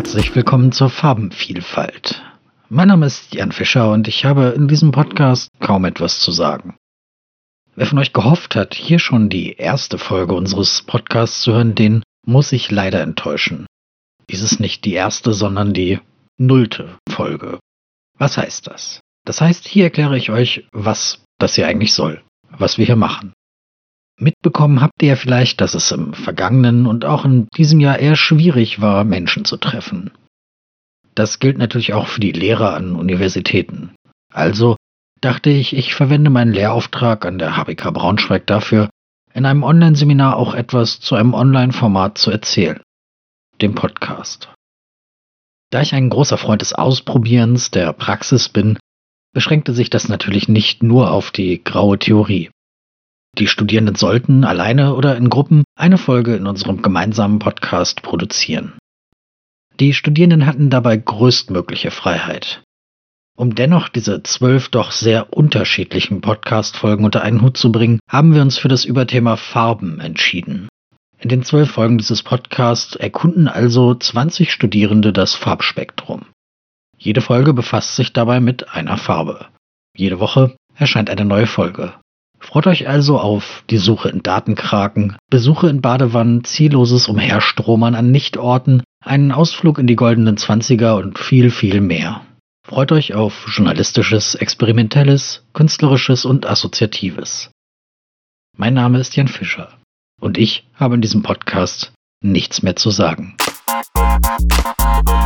Herzlich willkommen zur Farbenvielfalt. Mein Name ist Jan Fischer und ich habe in diesem Podcast kaum etwas zu sagen. Wer von euch gehofft hat, hier schon die erste Folge unseres Podcasts zu hören, den muss ich leider enttäuschen. Dies ist nicht die erste, sondern die 0. Folge. Was heißt das? Das heißt, hier erkläre ich euch, was das hier eigentlich soll, was wir hier machen. Mitbekommen habt ihr ja vielleicht, dass es im vergangenen und auch in diesem Jahr eher schwierig war, Menschen zu treffen. Das gilt natürlich auch für die Lehrer an Universitäten. Also dachte ich, ich verwende meinen Lehrauftrag an der HBK Braunschweig dafür, in einem Online-Seminar auch etwas zu einem Online-Format zu erzählen, dem Podcast. Da ich ein großer Freund des Ausprobierens, der Praxis bin, beschränkte sich das natürlich nicht nur auf die graue Theorie. Die Studierenden sollten alleine oder in Gruppen eine Folge in unserem gemeinsamen Podcast produzieren. Die Studierenden hatten dabei größtmögliche Freiheit. Um dennoch diese 12 doch sehr unterschiedlichen Podcast-Folgen unter einen Hut zu bringen, haben wir uns für das Überthema Farben entschieden. In den 12 Folgen dieses Podcasts erkunden also 20 Studierende das Farbspektrum. Jede Folge befasst sich dabei mit einer Farbe. Jede Woche erscheint eine neue Folge. Freut euch also auf die Suche in Datenkraken, Besuche in Badewannen, zielloses Umherstromern an Nichtorten, einen Ausflug in die goldenen 20er und viel, viel mehr. Freut euch auf Journalistisches, Experimentelles, Künstlerisches und Assoziatives. Mein Name ist Jan Fischer und ich habe in diesem Podcast nichts mehr zu sagen.